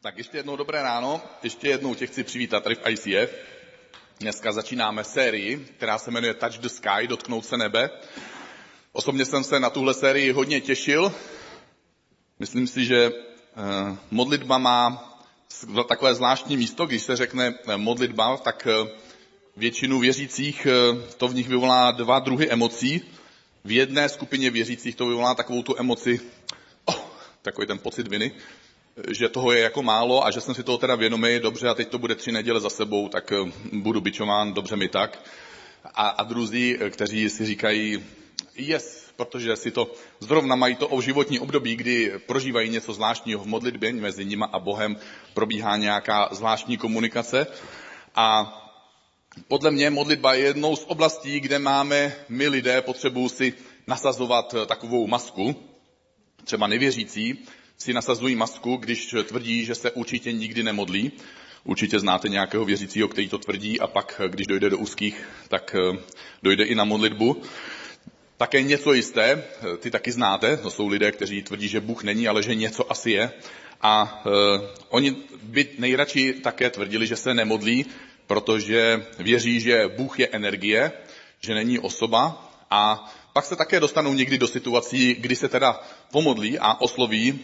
Tak ještě jednou dobré ráno, ještě jednou tě chci přivítat tady v ICF. Dneska začínáme sérii, která se jmenuje Touch the Sky, dotknout se nebe. Osobně jsem se na tuhle sérii hodně těšil. Myslím si, že modlitba má takové zvláštní místo. Když se řekne modlitba, tak většinu věřících to v nich vyvolá dva druhy emocí. V jedné skupině věřících to vyvolá takovou tu emoci, takový ten pocit viny, že toho je jako málo a že jsem si toho teda vědomý, dobře, a teď to bude 3 neděle za sebou, tak budu bičován, dobře mi tak. A druzí, kteří si říkají, protože si to zrovna mají to životní období, kdy prožívají něco zvláštního v modlitbě, mezi nima a Bohem probíhá nějaká zvláštní komunikace. A podle mě modlitba je jednou z oblastí, kde máme my lidé potřebu si nasazovat takovou masku. Třeba nevěřící si nasazují masku, když tvrdí, že se určitě nikdy nemodlí. Určitě znáte nějakého věřícího, který to tvrdí a pak, když dojde do úzkých, tak dojde i na modlitbu. Také něco jisté, ty taky znáte, to jsou lidé, kteří tvrdí, že Bůh není, ale že něco asi je. A oni by nejradši také tvrdili, že se nemodlí, protože věří, že Bůh je energie, že není osoba. A pak se také dostanou někdy do situací, kdy se teda pomodlí a osloví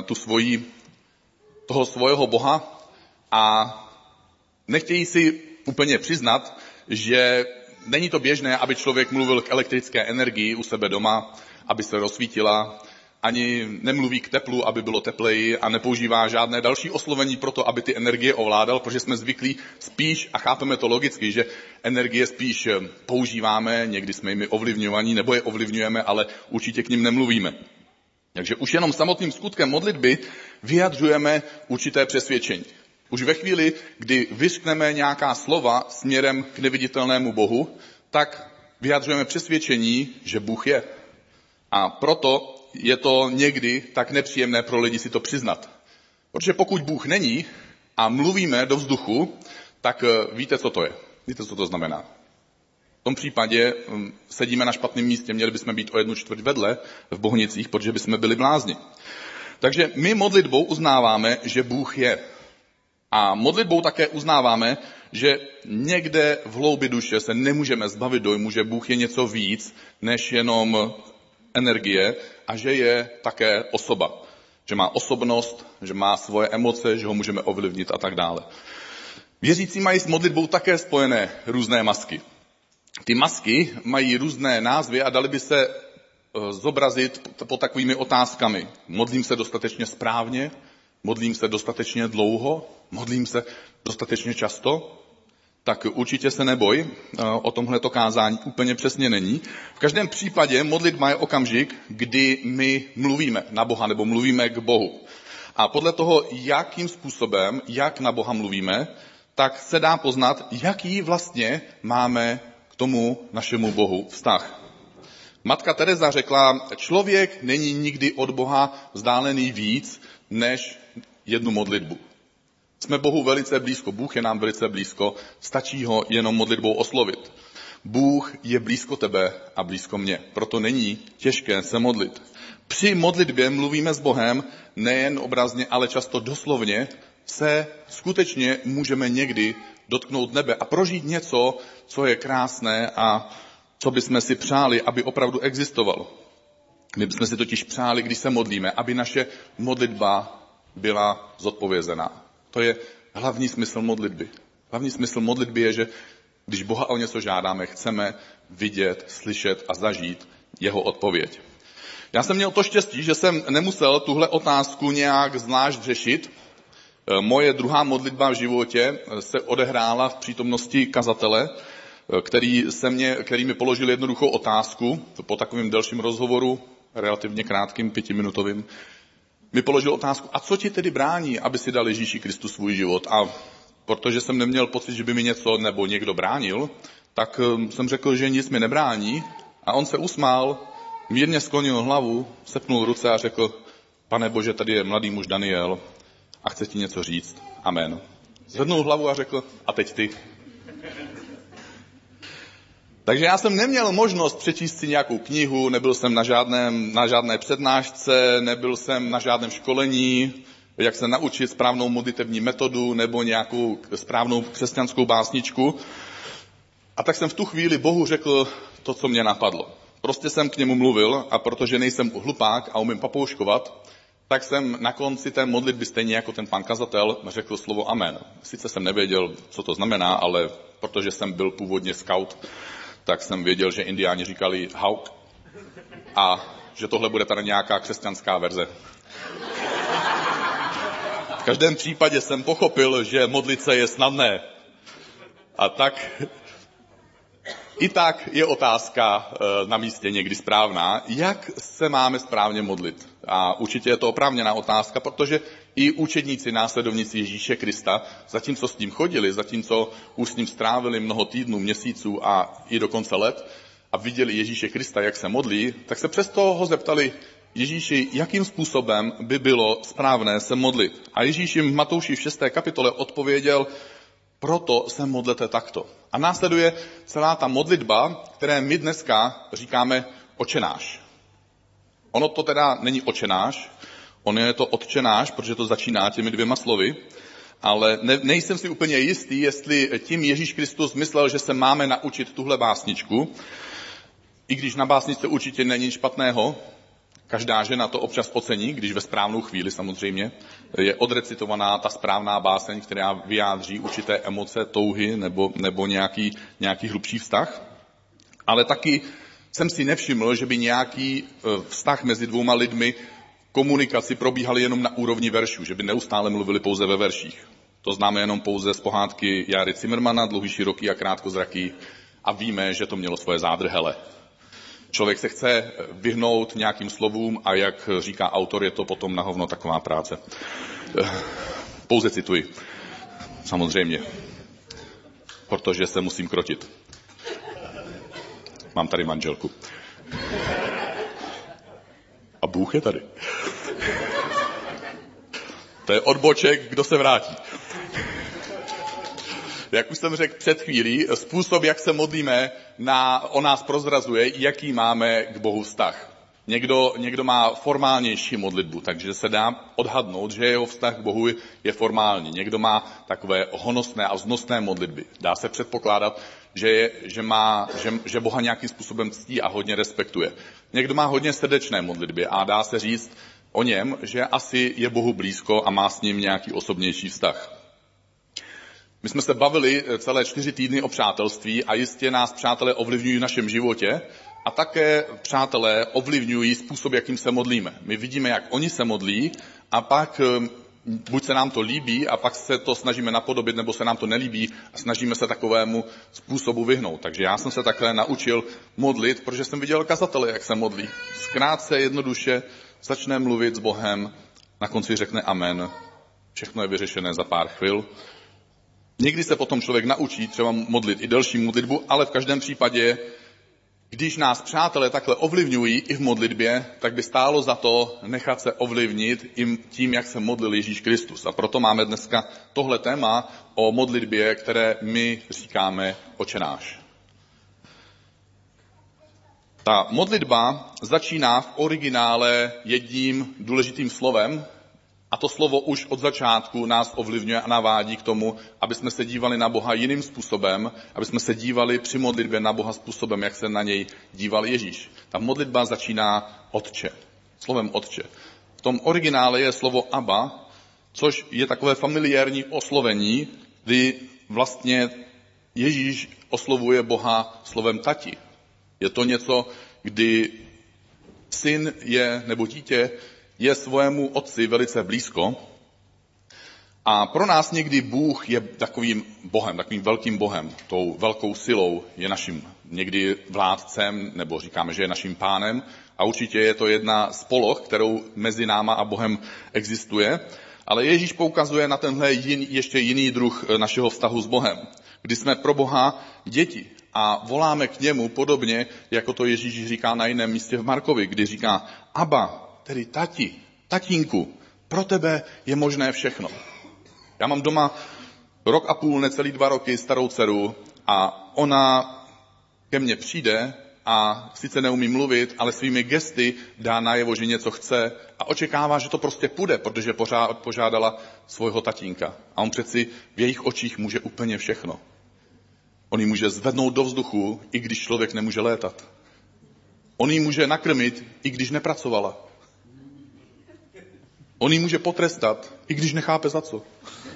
toho svého Boha a nechtějí si úplně přiznat, že není to běžné, aby člověk mluvil k elektrické energii u sebe doma, aby se rozsvítila, ani nemluví k teplu, aby bylo tepleji a nepoužívá žádné další oslovení pro to, aby ty energie ovládal, protože jsme zvyklí spíš, a chápeme to logicky, že energie spíš používáme, někdy jsme jimi ovlivňovaní, nebo je ovlivňujeme, ale určitě k nim nemluvíme. Takže už jenom samotným skutkem modlitby vyjadřujeme určité přesvědčení. Už ve chvíli, kdy vyřkneme nějaká slova směrem k neviditelnému Bohu, tak vyjadřujeme přesvědčení, že Bůh je. A proto je to někdy tak nepříjemné pro lidi si to přiznat. Protože pokud Bůh není a mluvíme do vzduchu, tak víte, co to je. Víte, co to znamená. V tom případě sedíme na špatném místě, měli bychom být o 1/4 vedle v Bohnicích, protože bychom byli blázni. Takže my modlitbou uznáváme, že Bůh je. A modlitbou také uznáváme, že někde v hloubi duše se nemůžeme zbavit dojmu, že Bůh je něco víc, než jenom energie a že je také osoba. Že má osobnost, že má svoje emoce, že ho můžeme ovlivnit a tak dále. Věřící mají s modlitbou také spojené různé masky. Ty masky mají různé názvy a dali by se zobrazit pod takovými otázkami. Modlím se dostatečně správně, modlím se dostatečně dlouho, modlím se dostatečně často. Tak určitě se neboj, o tomhleto kázání úplně přesně není. V každém případě modlitba je okamžik, kdy my mluvíme na Boha nebo mluvíme k Bohu. A podle toho, jakým způsobem, jak na Boha mluvíme, tak se dá poznat, jaký vlastně máme k tomu našemu Bohu vztah. Matka Teresa řekla, člověk není nikdy od Boha vzdálený víc než jednu modlitbu. Jsme Bohu velice blízko, Bůh je nám velice blízko, stačí ho jenom modlitbou oslovit. Bůh je blízko tebe a blízko mě, proto není těžké se modlit. Při modlitbě mluvíme s Bohem nejen obrazně, ale často doslovně, se skutečně můžeme někdy dotknout nebe a prožít něco, co je krásné a co bychom si přáli, aby opravdu existovalo. My bychom si totiž přáli, když se modlíme, aby naše modlitba byla zodpovězená. To je hlavní smysl modlitby. Hlavní smysl modlitby je, že když Boha o něco žádáme, chceme vidět, slyšet a zažít jeho odpověď. Já jsem měl to štěstí, že jsem nemusel tuhle otázku nějak zvlášť řešit. Moje druhá modlitba v životě se odehrála v přítomnosti kazatele, který mi položil jednoduchou otázku po takovém delším rozhovoru, relativně krátkým, 5minutovým. Mi položil otázku, a co ti tedy brání, aby si dal Ježíši Kristu svůj život? A protože jsem neměl pocit, že by mi něco nebo někdo bránil, tak jsem řekl, že nic mi nebrání. A on se usmál, mírně sklonil hlavu, sepnul ruce a řekl, Pane Bože, tady je mladý muž Daniel a chce ti něco říct. Amen. Zvednul hlavu a řekl, a teď ty. Takže já jsem neměl možnost přečíst si nějakou knihu, nebyl jsem na žádné přednášce, nebyl jsem na žádném školení, jak se naučit správnou modlitevní metodu nebo nějakou správnou křesťanskou básničku. A tak jsem v tu chvíli Bohu řekl to, co mě napadlo. Prostě jsem k němu mluvil a protože nejsem hlupák a umím papouškovat, tak jsem na konci té modlitby stejně jako ten pan kazatel řekl slovo amen. Sice jsem nevěděl, co to znamená, ale protože jsem byl původně scout, tak jsem věděl, že indiáni říkali hauk a že tohle bude tady nějaká křesťanská verze. V každém případě jsem pochopil, že modlit se je snadné. A tak i tak je otázka na místě někdy správná, jak se máme správně modlit. A určitě je to oprávněná otázka, protože i učedníci, následovníci Ježíše Krista, zatímco s ním chodili, zatímco už s ním strávili mnoho týdnů, měsíců a i dokonce let a viděli Ježíše Krista, jak se modlí, tak se přesto ho zeptali Ježíši, jakým způsobem by bylo správné se modlit. A Ježíš jim v Matouši v 6. kapitole odpověděl, proto se modlete takto. A následuje celá ta modlitba, které my dneska říkáme Otčenáš. Ono to teda není Otčenáš, ono je to Otčenáš, protože to začíná těmi 2 slovy, ale nejsem si úplně jistý, jestli tím Ježíš Kristus myslel, že se máme naučit tuhle básničku, i když na básničce určitě není nic špatného. Každá žena to občas ocení, když ve správnou chvíli samozřejmě je odrecitovaná ta správná báseň, která vyjádří určité emoce, touhy nebo nějaký hlubší vztah. Ale taky jsem si nevšiml, že by nějaký vztah mezi 2 lidmi komunikaci probíhaly jenom na úrovni veršů, že by neustále mluvili pouze ve verších. To známe jenom pouze z pohádky Járy Cimrmana, Dlouhý, široký a krátkozraký, a víme, že to mělo svoje zádrhele. Člověk se chce vyhnout nějakým slovům a jak říká autor, je to potom na hovno taková práce. Pouze cituji. Samozřejmě. Protože se musím krotit. Mám tady manželku. A Bůh je tady. To je odboček, kdo se vrátí. Jak už jsem řekl před chvílí, způsob, jak se modlíme, o nás prozrazuje, jaký máme k Bohu vztah. Někdo má formálnější modlitbu, takže se dá odhadnout, že jeho vztah k Bohu je formální. Někdo má takové honosné a vznosné modlitby. Dá se předpokládat, že Boha nějakým způsobem ctí a hodně respektuje. Někdo má hodně srdečné modlitby a dá se říct o něm, že asi je Bohu blízko a má s ním nějaký osobnější vztah. My jsme se bavili celé 4 týdny o přátelství a jistě nás přátelé ovlivňují v našem životě a také přátelé ovlivňují způsob, jakým se modlíme. My vidíme, jak oni se modlí a pak buď se nám to líbí a pak se to snažíme napodobit, nebo se nám to nelíbí a snažíme se takovému způsobu vyhnout. Takže já jsem se takhle naučil modlit, protože jsem viděl kazatele, jak se modlí. Zkrátce, jednoduše začne mluvit s Bohem, na konci řekne amen, všechno je vyřešené za pár chvil. Někdy se potom člověk naučí třeba modlit i delší modlitbu, ale v každém případě, když nás přátelé takhle ovlivňují i v modlitbě, tak by stálo za to nechat se ovlivnit i tím, jak se modlil Ježíš Kristus. A proto máme dneska tohle téma o modlitbě, které my říkáme Otčenáš. Ta modlitba začíná v originále jedním důležitým slovem, a to slovo už od začátku nás ovlivňuje a navádí k tomu, aby jsme se dívali na Boha jiným způsobem, aby jsme se dívali při modlitbě na Boha způsobem, jak se na něj díval Ježíš. Ta modlitba začíná Otče, slovem Otče. V tom originále je slovo Abba, což je takové familiární oslovení, kdy vlastně Ježíš oslovuje Boha slovem tati. Je to něco, kdy syn nebo dítě je svému otci velice blízko a pro nás někdy Bůh je takovým bohem, takovým velkým bohem, tou velkou silou, je naším někdy vládcem, nebo říkáme, že je naším pánem a určitě je to jedna z poloh, kterou mezi náma a Bohem existuje, ale Ježíš poukazuje na tenhle ještě jiný druh našeho vztahu s Bohem, kdy jsme pro Boha děti a voláme k němu podobně, jako to Ježíš říká na jiném místě v Markovi, kdy říká Abba, tedy tati, tatínku, pro tebe je možné všechno. Já mám doma 1,5 roku, necelý 2 roky starou dceru a ona ke mně přijde a sice neumí mluvit, ale svými gesty dá najevo, že něco chce a očekává, že to prostě půjde, protože požádala svého tatínka. A on přeci v jejich očích může úplně všechno. On ji může zvednout do vzduchu, i když člověk nemůže létat. On ji může nakrmit, i když nepracovala. On ji může potrestat, i když nechápe za co.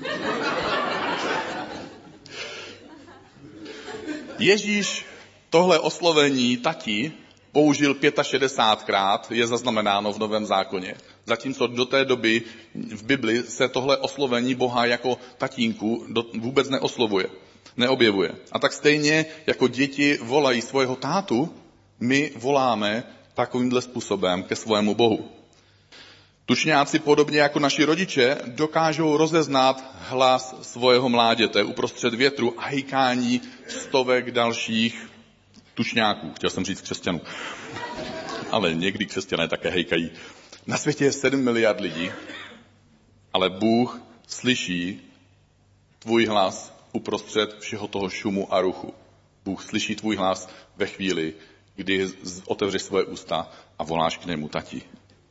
Ježíš tohle oslovení tati použil 65krát, je zaznamenáno v Novém zákoně. Zatímco do té doby v Bibli se tohle oslovení Boha jako tatínku vůbec neobjevuje. A tak stejně jako děti volají svého tátu, my voláme takovýmhle způsobem ke svému Bohu. Tučňáci, podobně jako naši rodiče, dokážou rozeznat hlas svého mláděte uprostřed větru a hejkání stovek dalších tučňáků. Chtěl jsem říct křesťanů. Ale někdy křesťané také hejkají. Na světě je 7 miliard lidí, ale Bůh slyší tvůj hlas uprostřed všeho toho šumu a ruchu. Bůh slyší tvůj hlas ve chvíli, kdy otevřeš svoje ústa a voláš k němu tati.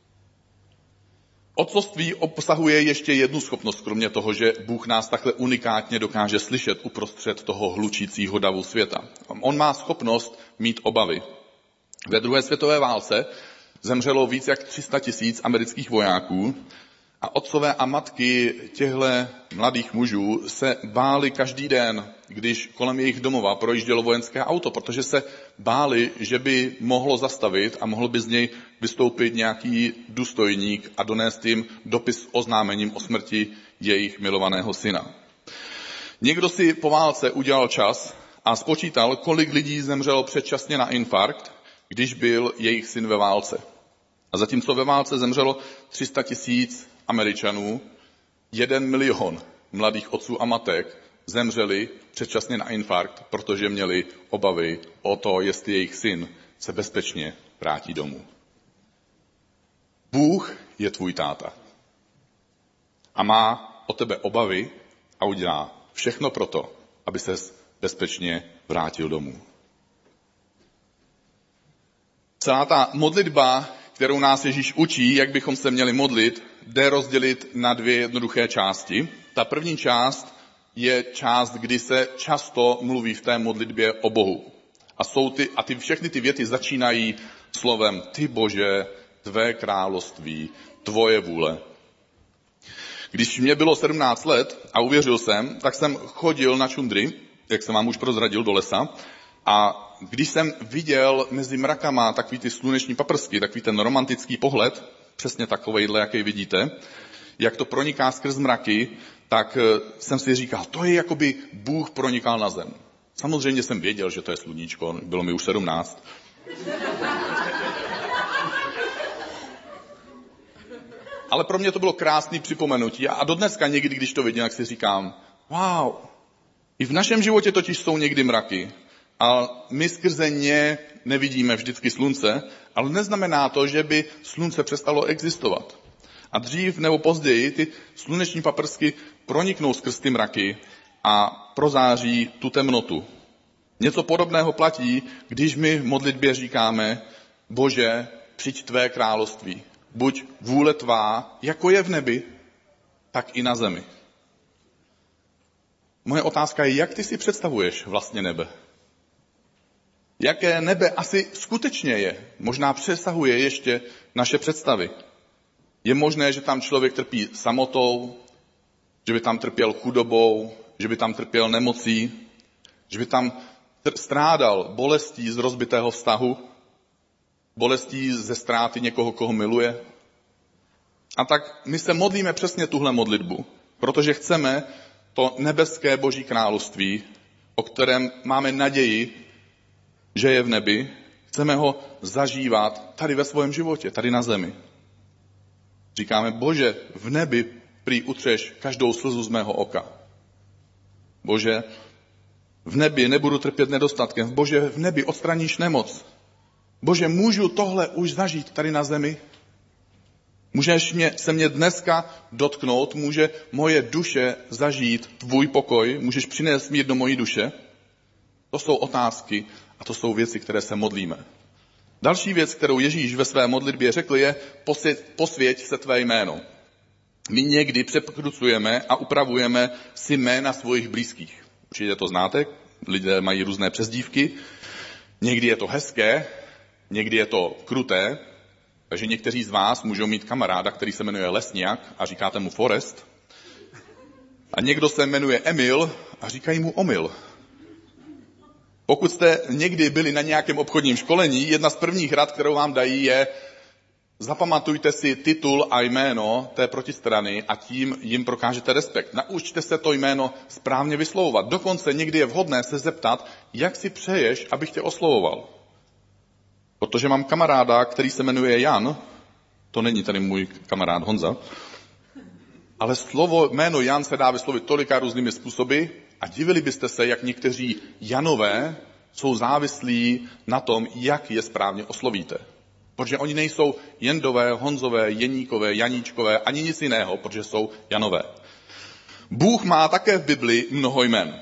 Otcovství obsahuje ještě jednu schopnost, kromě toho, že Bůh nás takhle unikátně dokáže slyšet uprostřed toho hlučícího davu světa. On má schopnost mít obavy. Ve druhé světové válce zemřelo víc jak 300 000 amerických vojáků a otcové a matky těchto mladých mužů se báli každý den, když kolem jejich domova projíždělo vojenské auto, protože se báli, že by mohlo zastavit a mohl by z něj vystoupit nějaký důstojník a donést jim dopis s oznámením o smrti jejich milovaného syna. Někdo si po válce udělal čas a spočítal, kolik lidí zemřelo předčasně na infarkt, když byl jejich syn ve válce. A zatímco ve válce zemřelo 300 000 Američanů, 1 milion mladých otců a matek zemřeli předčasně na infarkt, protože měli obavy o to, jestli jejich syn se bezpečně vrátí domů. Bůh je tvůj táta a má o tebe obavy a udělá všechno proto, aby ses bezpečně vrátil domů. Celá ta modlitba, kterou nás Ježíš učí, jak bychom se měli modlit, jde rozdělit na 2 jednoduché části. Ta první část je část, kdy se často mluví v té modlitbě o Bohu. A všechny ty věty začínají slovem ty Bože, tvé království, tvoje vůle. Když mě bylo 17 let a uvěřil jsem, tak jsem chodil na čundry, jak jsem vám už prozradil, do lesa. A když jsem viděl mezi mrakama takový ty sluneční paprsky, takový ten romantický pohled, přesně takovejhle, jaký vidíte, jak to proniká skrz mraky, tak jsem si říkal, to je jako by Bůh pronikal na zem. Samozřejmě jsem věděl, že to je sluníčko, bylo mi už 17. Ale pro mě to bylo krásný připomenutí a dodneska někdy, když to vidím, tak si říkám, wow, i v našem životě totiž jsou někdy mraky. A my skrze ně nevidíme vždycky slunce, ale neznamená to, že by slunce přestalo existovat. A dřív nebo později ty sluneční paprsky proniknou skrz ty mraky a prozáří tu temnotu. Něco podobného platí, když my v modlitbě říkáme, Bože, přijď tvé království. Buď vůle tvá, jako je v nebi, tak i na zemi. Moje otázka je, jak ty si představuješ vlastně nebe? Jaké nebe asi skutečně je? Možná přesahuje ještě naše představy. Je možné, že tam člověk trpí samotou, že by tam trpěl chudobou, že by tam trpěl nemocí, že by tam strádal bolestí z rozbitého vztahu, bolestí ze ztráty někoho, koho miluje. A tak my se modlíme přesně tuhle modlitbu, protože chceme to nebeské Boží království, o kterém máme naději, že je v nebi, chceme ho zažívat tady ve svém životě, tady na zemi. Říkáme, Bože, v nebi prý utřeš každou slzu z mého oka. Bože, v nebi nebudu trpět nedostatkem. Bože, v nebi odstraníš nemoc. Bože, můžu tohle už zažít tady na zemi? Můžeš se mě dneska dotknout, může moje duše zažít tvůj pokoj, můžeš přinést mír do mojí duše? To jsou otázky A to jsou věci, které se modlíme. Další věc, kterou Ježíš ve své modlitbě řekl, je posvěť se tvé jméno. My někdy překrucujeme a upravujeme si jména svých blízkých. Určitě to znáte, lidé mají různé přezdívky. Někdy je to hezké, někdy je to kruté, takže někteří z vás můžou mít kamaráda, který se jmenuje Lesňák a říkáte mu Forest. A někdo se jmenuje Emil a říkají mu Omyl. Pokud jste někdy byli na nějakém obchodním školení, jedna z prvních rad, kterou vám dají, je zapamatujte si titul a jméno té protistrany a tím jim prokážete respekt. Naučte se to jméno správně vyslovovat. Dokonce někdy je vhodné se zeptat, jak si přeješ, abych tě oslovoval. Protože mám kamaráda, který se jmenuje Jan, to není tady můj kamarád Honza, ale jméno Jan se dá vyslovit tolika různými způsoby a divili byste se, jak někteří Janové jsou závislí na tom, jak je správně oslovíte. Protože oni nejsou Jendové, Honzové, Jeníkové, Janíčkové, ani nic jiného, protože jsou Janové. Bůh má také v Bibli mnoho jmen.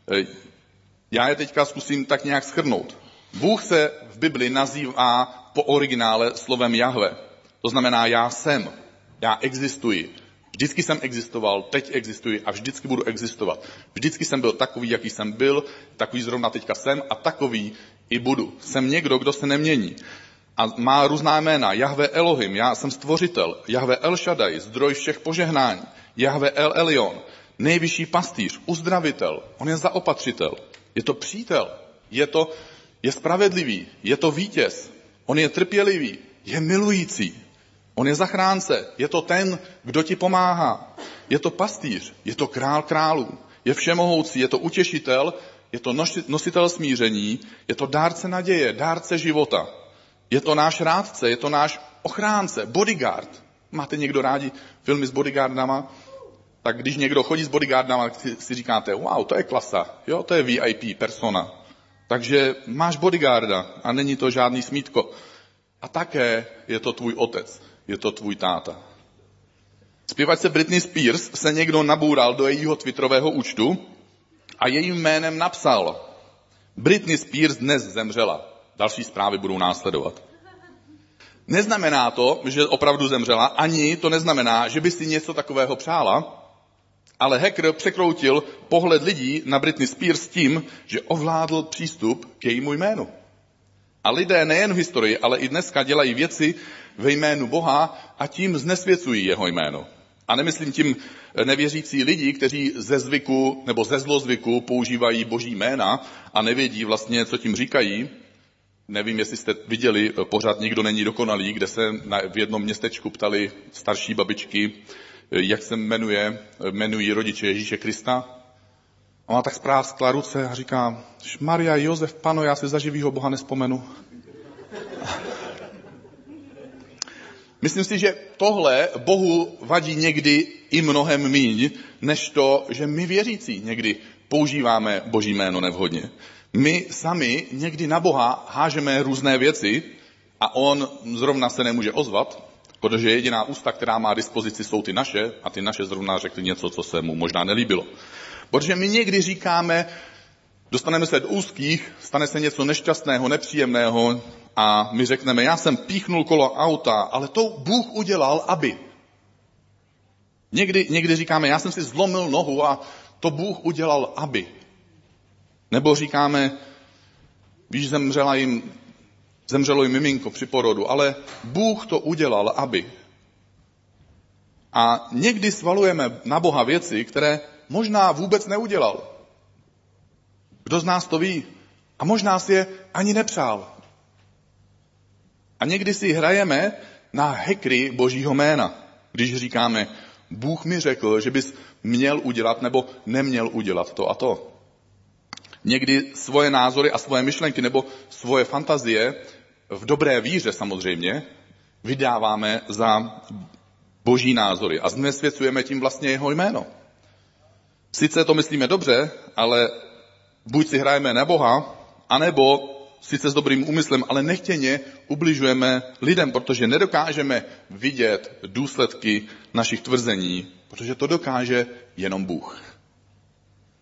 Já je teďka zkusím tak nějak shrnout. Bůh se v Bibli nazývá po originále slovem Jahve. To znamená já jsem, já existuji. Vždycky jsem existoval, teď existuji a vždycky budu existovat. Vždycky jsem byl takový, jaký jsem byl, takový zrovna teďka jsem a takový i budu. Jsem někdo, kdo se nemění. A má různá jména. Jahve Elohim, já jsem stvořitel. Jahve El Shaddai, zdroj všech požehnání. Jahve El Elyon, nejvyšší pastýř, uzdravitel. On je zaopatřitel. Je to přítel. Je spravedlivý. Je to vítěz. On je trpělivý. Je milující. On je zachránce. Je to ten, kdo ti pomáhá. Je to pastýř. Je to král králů. Je všemohoucí. Je to utěšitel. Je to nositel smíření. Je to dárce naděje. Dárce života. Je to náš rádce, je to náš ochránce, bodyguard. Máte někdo rádi filmy s bodyguardama? Tak když někdo chodí s bodyguardama, si říkáte, wow, to je klasa, jo, to je VIP persona. Takže máš bodyguarda a není to žádný smítko. A také je to tvůj otec, je to tvůj táta. Zpěvačce Britney Spears se někdo naboural do jejího twitterového účtu a jejím jménem napsal: Britney Spears dnes zemřela. Další zprávy budou následovat. Neznamená to, že opravdu zemřela, ani to neznamená, že by si něco takového přála, ale hacker překroutil pohled lidí na Britney Spears tím, že ovládl přístup k jejímu jménu. A lidé nejen v historii, ale i dneska dělají věci ve jménu Boha a tím znesvěcují jeho jméno. A nemyslím tím nevěřící lidi, kteří ze zvyku nebo ze zlozvyku používají boží jména a nevědí vlastně, co tím říkají. Nevím, jestli jste viděli pořád Nikdo není dokonalý, kde se v jednom městečku ptali starší babičky, jak se jmenují rodiče Ježíše Krista. A ona tak spráskla ruce a říká, Maria, Josef, Pano, já si za živýho Boha nespomenu. Myslím si, že tohle Bohu vadí někdy i mnohem míň, než to, že my věřící někdy používáme boží jméno nevhodně. My sami někdy na Boha hážeme různé věci a on zrovna se nemůže ozvat, protože jediná ústa, která má dispozici, jsou ty naše a ty naše zrovna řekly něco, co se mu možná nelíbilo. Protože my někdy říkáme, dostaneme se do úzkých, stane se něco nešťastného, nepříjemného a my řekneme, já jsem píchnul kolo auta, ale to Bůh udělal, aby. Někdy říkáme, já jsem si zlomil nohu a to Bůh udělal, aby. Nebo říkáme, víš, zemřelo jim miminko při porodu, ale Bůh to udělal, aby. A někdy svalujeme na Boha věci, které možná vůbec neudělal. Kdo z nás to ví? A možná si je ani nepřál. A někdy si hrajeme na hekry božího jména, když říkáme, Bůh mi řekl, že bys měl udělat nebo neměl udělat to a to. Někdy svoje názory a svoje myšlenky nebo svoje fantazie, v dobré víře samozřejmě, vydáváme za boží názory a znesvěcujeme tím vlastně jeho jméno. Sice to myslíme dobře, ale buď si hrajeme na Boha, anebo sice s dobrým úmyslem, ale nechtěně ubližujeme lidem, protože nedokážeme vidět důsledky našich tvrzení, protože to dokáže jenom Bůh.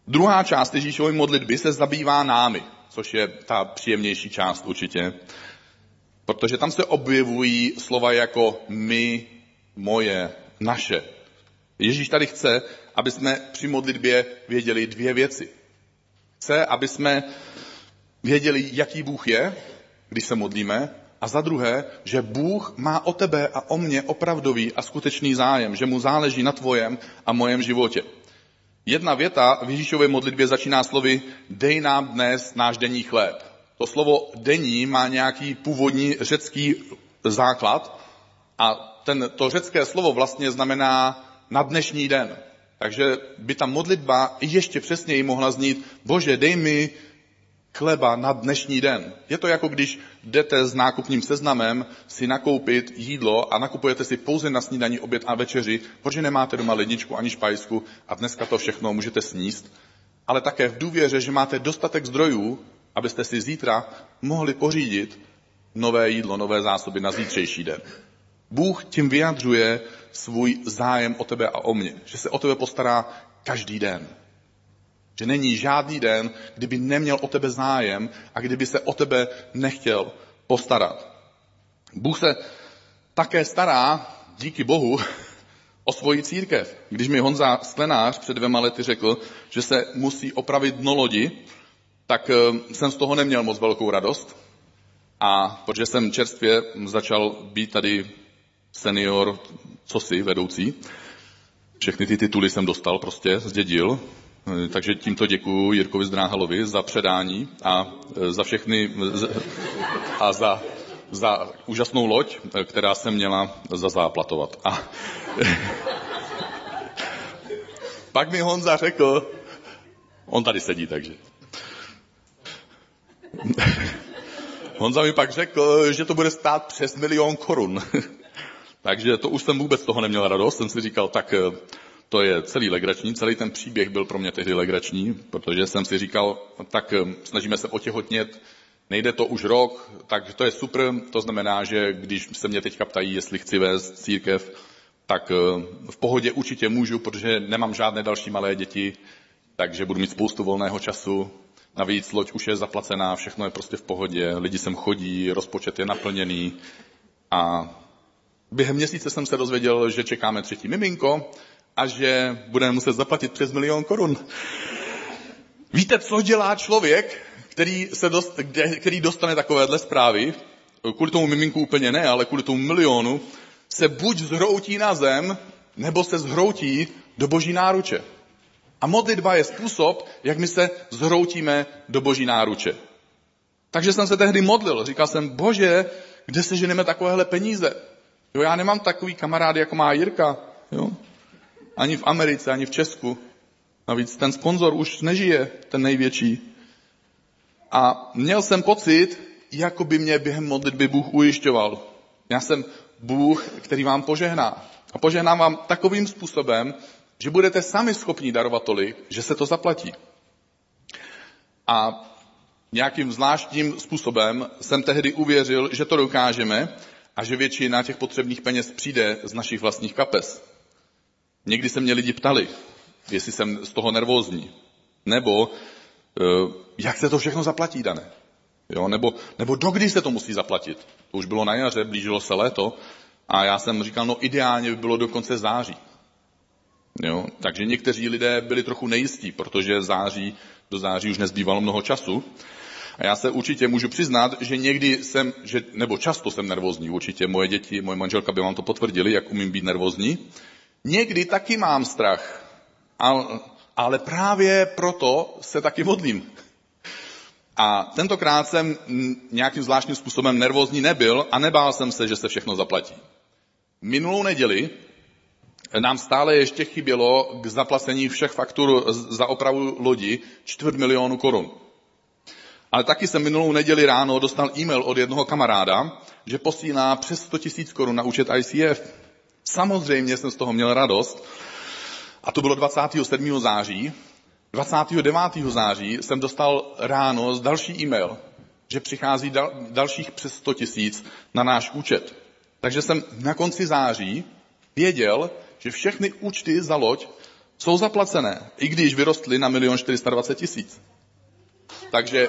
Druhá část Ježíšovy modlitby se zabývá námi, což je ta příjemnější část určitě, protože tam se objevují slova jako my, moje, naše. Ježíš tady chce, aby jsme při modlitbě věděli dvě věci. Chce, aby jsme věděli, jaký Bůh je, když se modlíme, a za druhé, že Bůh má o tebe a o mě opravdový a skutečný zájem, že mu záleží na tvojem a mojem životě. Jedna věta v Ježíšově modlitbě začíná slovy dej nám dnes náš denní chléb. To slovo denní má nějaký původní řecký základ a to řecké slovo vlastně znamená na dnešní den. Takže by ta modlitba ještě přesněji mohla znít, Bože, dej mi chleba na dnešní den. Je to jako když jdete s nákupním seznamem si nakoupit jídlo a nakupujete si pouze na snídani, oběd a večeři, protože nemáte doma ledničku ani špajsku a dneska to všechno můžete sníst, ale také v důvěře, že máte dostatek zdrojů, abyste si zítra mohli pořídit nové jídlo, nové zásoby na zítřejší den. Bůh tím vyjadřuje svůj zájem o tebe a o mě, že se o tebe postará každý den. Že není žádný den, kdyby neměl o tebe zájem a kdyby se o tebe nechtěl postarat. Bůh se také stará, díky Bohu, o svoji církev. Když mi Honza Sklenář před 2 lety řekl, že se musí opravit dno lodi, tak jsem z toho neměl moc velkou radost. A protože jsem čerstvě začal být tady senior, vedoucí, všechny ty tituly jsem dostal, prostě zdědil. Takže tímto děkuju Jirkovi Zdráhalovi za předání a za všechny a za úžasnou loď, která se měla zazaplatovat. A pak mi Honza řekl, on tady sedí, takže. Honza mi pak řekl, že to bude stát přes 1 000 000 korun. Takže to už jsem vůbec toho neměl radost. Jsem si říkal, tak to je celý legrační, celý ten příběh byl pro mě tehdy legrační, protože jsem si říkal, tak snažíme se otěhotnět, nejde to už rok, tak to je super, to znamená, že když se mě teďka ptají, jestli chci vést církev, tak v pohodě určitě můžu, protože nemám žádné další malé děti, takže budu mít spoustu volného času. Navíc loď už je zaplacená, všechno je prostě v pohodě, lidi sem chodí, rozpočet je naplněný a během měsíce jsem se dozvěděl, že čekáme 3. miminko a že budeme muset zaplatit přes 1 000 000 korun. Víte, co dělá člověk, který dostane takovéhle zprávy? Kvůli tomu miminku úplně ne, ale kvůli tomu 1 000 000 se buď zhroutí na zem, nebo se zhroutí do Boží náruče. A modlitba je způsob, jak my se zhroutíme do Boží náruče. Takže jsem se tehdy modlil. Říkal jsem, Bože, kde se ženeme takovéhle peníze? Jo, já nemám takový kamarád, jako má Jirka. Jo? Ani v Americe, ani v Česku. Navíc ten sponzor už nežije, ten největší. A měl jsem pocit, jako by mě během modlitby Bůh ujišťoval. Já jsem Bůh, který vám požehná. A požehnám vám takovým způsobem, že budete sami schopni darovat tolik, že se to zaplatí. A nějakým zvláštním způsobem jsem tehdy uvěřil, že to dokážeme a že většina těch potřebných peněz přijde z našich vlastních kapes. Někdy se mě lidi ptali, jestli jsem z toho nervózní, nebo jak se to všechno zaplatí, Dane. Jo, nebo dokdy se to musí zaplatit. To už bylo na jaře, blížilo se léto a já jsem říkal, no ideálně by bylo do konce září. Jo, takže někteří lidé byli trochu nejistí, protože do září už nezbývalo mnoho času. A já se určitě můžu přiznat, že někdy nebo často jsem nervózní, určitě moje děti, moje manželka by vám to potvrdili, jak umím být nervózní. Někdy taky mám strach, ale právě proto se taky modlím. A tentokrát jsem nějakým zvláštním způsobem nervózní nebyl a nebál jsem se, že se všechno zaplatí. Minulou neděli nám stále ještě chybělo k zaplacení všech faktur za opravu lodi 250 000 korun. Ale taky jsem minulou neděli ráno dostal e-mail od jednoho kamaráda, že posílá přes 100 000 korun na účet ICF. Samozřejmě jsem z toho měl radost. A to bylo 27. září. 29. září jsem dostal ráno další e-mail, že přichází dalších přes 100 000 na náš účet. Takže jsem na konci září věděl, že všechny účty za loď jsou zaplacené, i když vyrostly na 1 420 000. Takže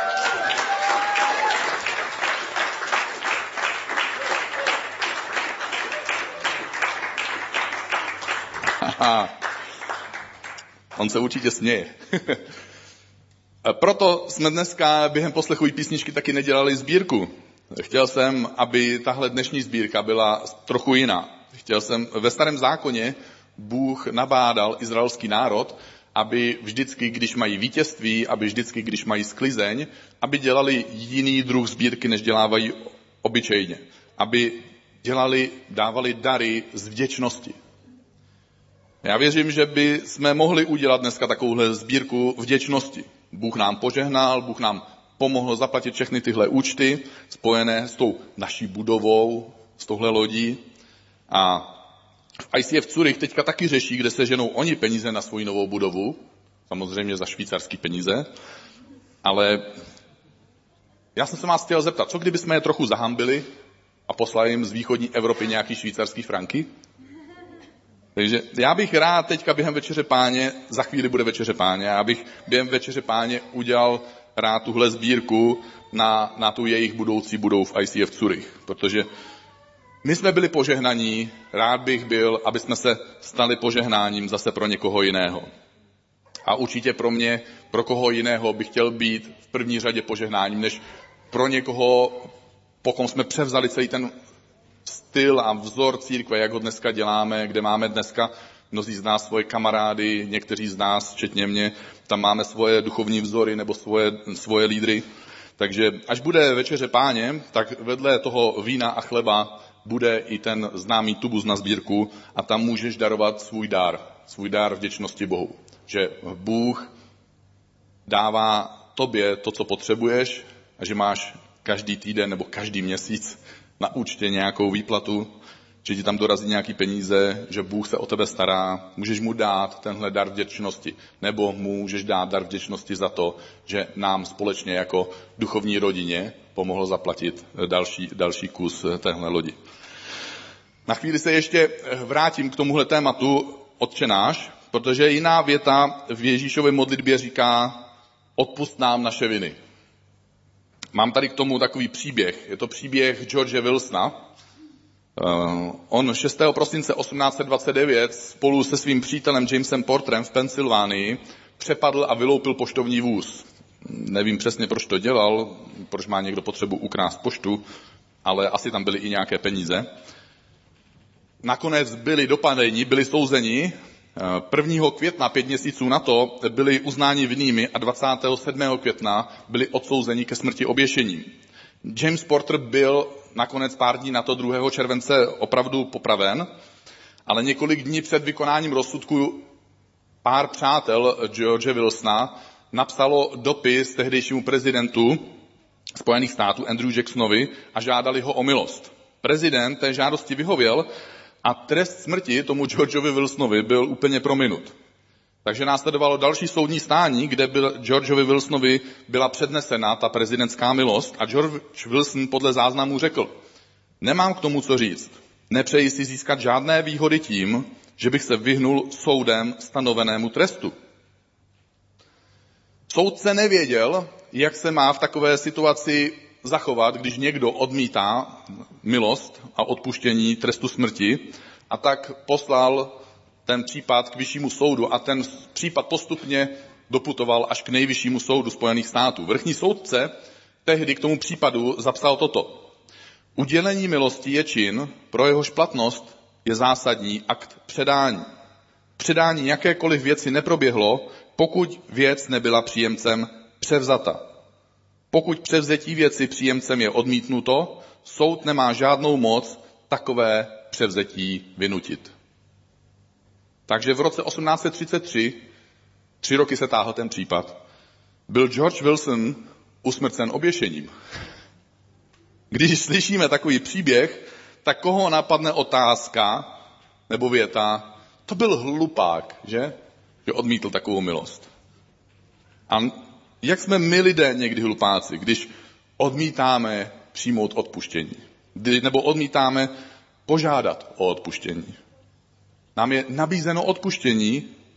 on se určitě směje. Proto jsme dneska během poslechové písničky taky nedělali sbírku. Chtěl jsem, aby tahle dnešní sbírka byla trochu jiná. Ve Starém zákoně Bůh nabádal izraelský národ, aby vždycky, když mají vítězství, aby vždycky, když mají sklizeň, aby dělali jiný druh sbírky, než dělávají obyčejně. Aby dávali dary z vděčnosti. Já věřím, že by jsme mohli udělat dneska takovouhle sbírku vděčnosti. Bůh nám požehnal, Bůh nám pomohl zaplatit všechny tyhle účty spojené s tou naší budovou, s touhle lodí. A v ICF Zurich teďka taky řeší, kde se ženou oni peníze na svoji novou budovu, samozřejmě za švýcarský peníze, ale já jsem se vás chtěl zeptat, co kdyby jsme je trochu zahambili a poslali jim z východní Evropy nějaký švýcarský franky? Takže já bych rád teďka během Večeře Páně, za chvíli bude Večeře Páně, já bych během Večeře Páně udělal rád tuhle sbírku na tu jejich budoucí budovu v ICF Zurich, protože my jsme byli požehnaní, rád bych byl, aby jsme se stali požehnáním zase pro někoho jiného. A určitě pro koho jiného bych chtěl být v první řadě požehnáním, než pro někoho, pokud jsme převzali celý ten styl a vzor církve, jak ho dneska děláme, kde máme dneska mnozí z nás svoje kamarády, někteří z nás, včetně mě, tam máme svoje duchovní vzory nebo svoje lídry. Takže až bude Večeře Páně, tak vedle toho vína a chleba bude i ten známý tubus na sbírku a tam můžeš darovat svůj dar vděčnosti Bohu. Že Bůh dává tobě to, co potřebuješ a že máš každý týden nebo každý měsíc na účtě nějakou výplatu, že ti tam dorazí nějaký peníze, že Bůh se o tebe stará, můžeš mu dát tenhle dar vděčnosti, nebo můžeš dát dar vděčnosti za to, že nám společně jako duchovní rodině pomohl zaplatit další kus téhle lodi. Na chvíli se ještě vrátím k tomuhle tématu Otče náš, protože jiná věta v Ježíšově modlitbě říká: odpusť nám naše viny. Mám tady k tomu takový příběh. Je to příběh George Wilsona. On 6. prosince 1829 spolu se svým přítelem Jamesem Porterem v Pensylvánii přepadl a vyloupil poštovní vůz. Nevím přesně, proč to dělal, proč má někdo potřebu ukrást poštu, ale asi tam byly i nějaké peníze. Nakonec byli dopadeni, byli souzeni. 1. května, 5 měsíců na to, byli uznáni vinnými a 27. května byli odsouzeni ke smrti oběšením. James Porter byl nakonec pár dní na to 2. července opravdu popraven, ale několik dní před vykonáním rozsudku pár přátel George Wilsona napsalo dopis tehdejšímu prezidentu Spojených států Andrew Jacksonovi a žádali ho o milost. Prezident té žádosti vyhověl a trest smrti tomu Georgeovi Wilsonovi byl úplně prominut. Takže následovalo další soudní stání, kde Georgeovi Wilsonovi byla přednesena ta prezidentská milost a George Wilson podle záznamu řekl: nemám k tomu co říct. Nepřeji si získat žádné výhody tím, že bych se vyhnul soudem stanovenému trestu. Soudce nevěděl, jak se má v takové situaci zachovat, když někdo odmítá milost a odpuštění trestu smrti, a tak poslal ten případ k vyššímu soudu a ten případ postupně doputoval až k nejvyššímu soudu Spojených států. Vrchní soudce tehdy k tomu případu zapsal toto: udělení milosti je čin, pro jehož platnost je zásadní akt předání. Předání jakékoliv věci neproběhlo, pokud věc nebyla příjemcem převzata. Pokud převzetí věci příjemcem je odmítnuto, soud nemá žádnou moc takové převzetí vynutit. Takže v roce 1833, 3 roky se táhl ten případ, byl George Wilson usmrcen oběšením. Když slyšíme takový příběh, tak koho napadne otázka nebo věta: to byl hlupák, že odmítl takovou milost. A jak jsme my lidé někdy hlupáci, když odmítáme přijmout odpuštění, nebo odmítáme požádat o odpuštění. Nám je nabízeno odpuštění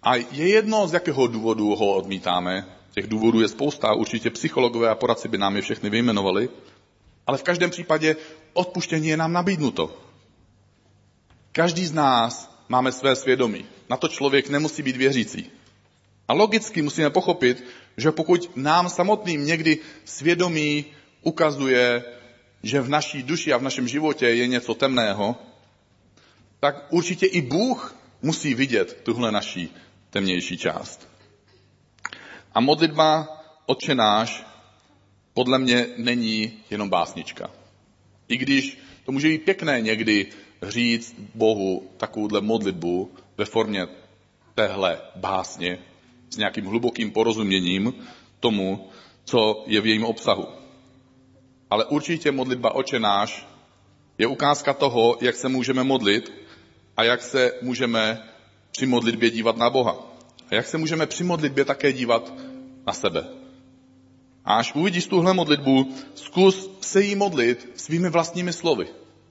A je jedno, z jakého důvodu ho odmítáme. Těch důvodů je spousta, určitě psychologové a poradci by nám je všechny vyjmenovali, ale v každém případě odpuštění je nám nabídnuto. Každý z nás máme své svědomí. Na to člověk nemusí být věřící. A logicky musíme pochopit, že pokud nám samotným někdy svědomí ukazuje, že v naší duši a v našem životě je něco temného, tak určitě i Bůh musí vidět tuhle naší temnější část. A modlitba Otče náš podle mě není jenom básnička. I když to může být pěkné někdy říct Bohu takovouhle modlitbu ve formě téhle básně s nějakým hlubokým porozuměním tomu, co je v jejím obsahu. Ale určitě modlitba Otče náš je ukázka toho, jak se můžeme modlit a jak se můžeme při modlitbě dívat na Boha. A jak se můžeme při modlitbě také dívat na sebe. A až uvidíš tuhle modlitbu, zkus se jí modlit svými vlastními slovy.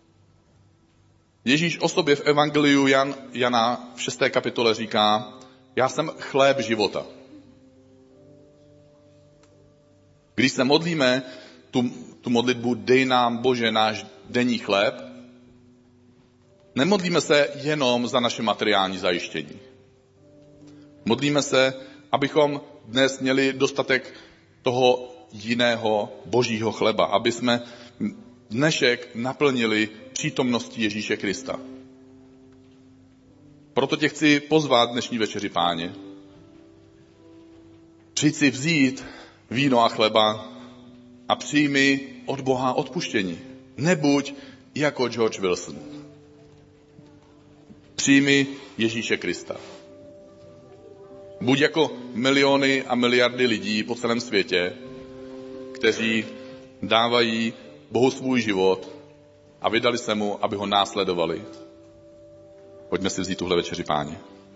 Ježíš o sobě v evangeliu Jana v 6. kapitole říká, já jsem chléb života. Když se modlíme tu modlitbu dej nám Bože náš denní chléb, nemodlíme se jenom za naše materiální zajištění. Modlíme se, abychom dnes měli dostatek toho jiného božího chleba, aby jsme dnešek naplnili přítomností Ježíše Krista. Proto tě chci pozvat dnešní večeři, Páně. Přijď si vzít víno a chleba a přijmi od Boha odpuštění. Nebuď jako George Wilson. Přijmi Ježíše Krista. Buď jako miliony a miliardy lidí po celém světě, kteří dávají Bohu svůj život a vydali se mu, aby ho následovali. Pojďme si vzít tuhle večeři, Páně.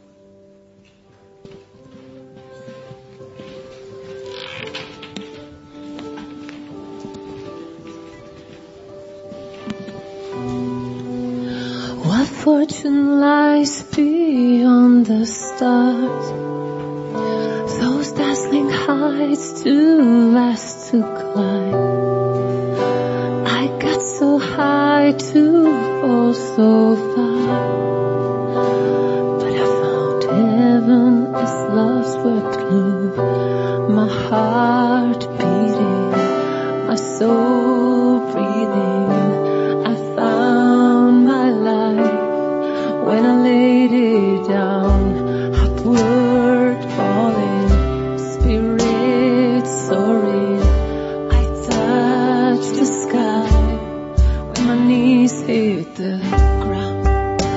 What fortune lies beyond the stars? Those dazzling heights too vast to climb. I got so high to fall so far, but I found heaven is love's wet blue. My heart beating, my soul breathing. I found my life when I laid it down. Upward falling, spirit soaring. I touched the sky when my knees hit the ground.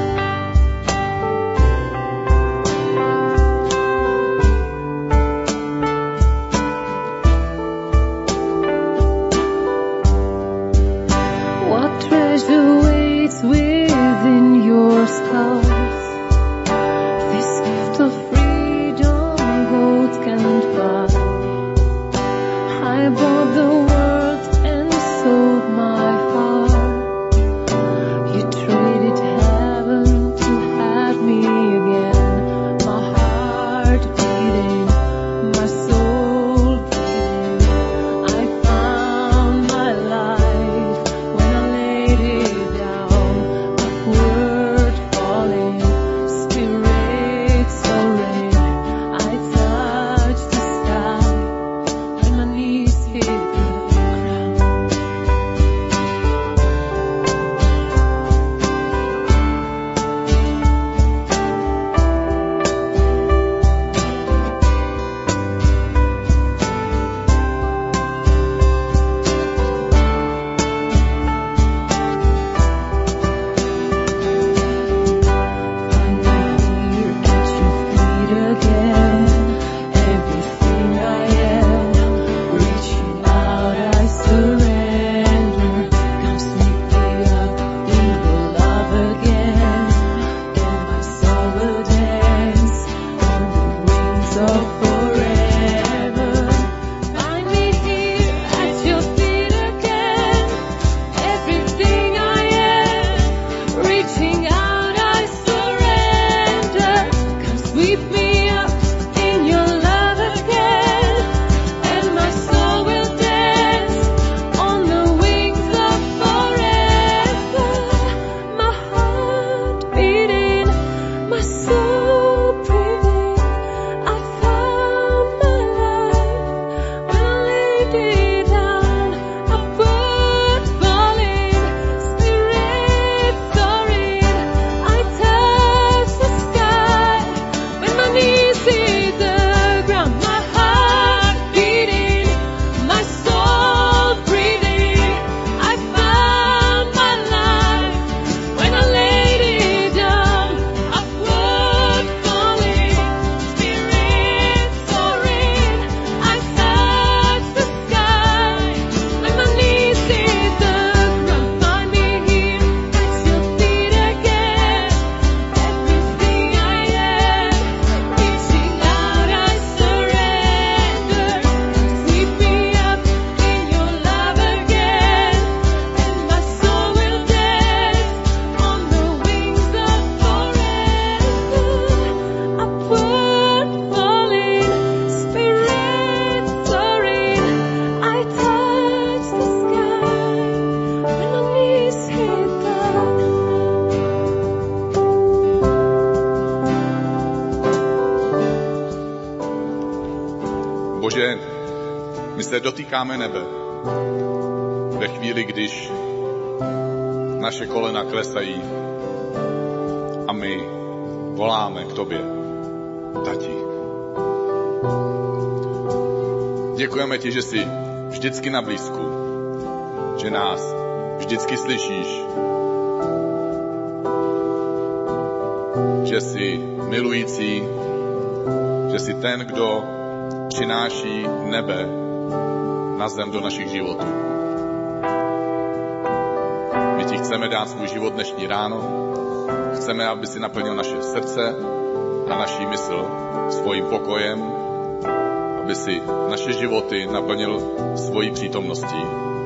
What treasure waits within your scars? This gift of freedom Bože, my se dotýkáme nebe ve chvíli, když naše kolena klesají a my voláme k tobě, Tati. Děkujeme ti, že jsi vždycky na blízku, že nás vždycky slyšíš, že jsi milující, že jsi ten, kdo přináší nebe na zem do našich životů. My ti chceme dát svůj život dnešní ráno, chceme, aby si naplnil naše srdce a naší mysl svým pokojem, aby si naše životy naplnil svojí přítomností.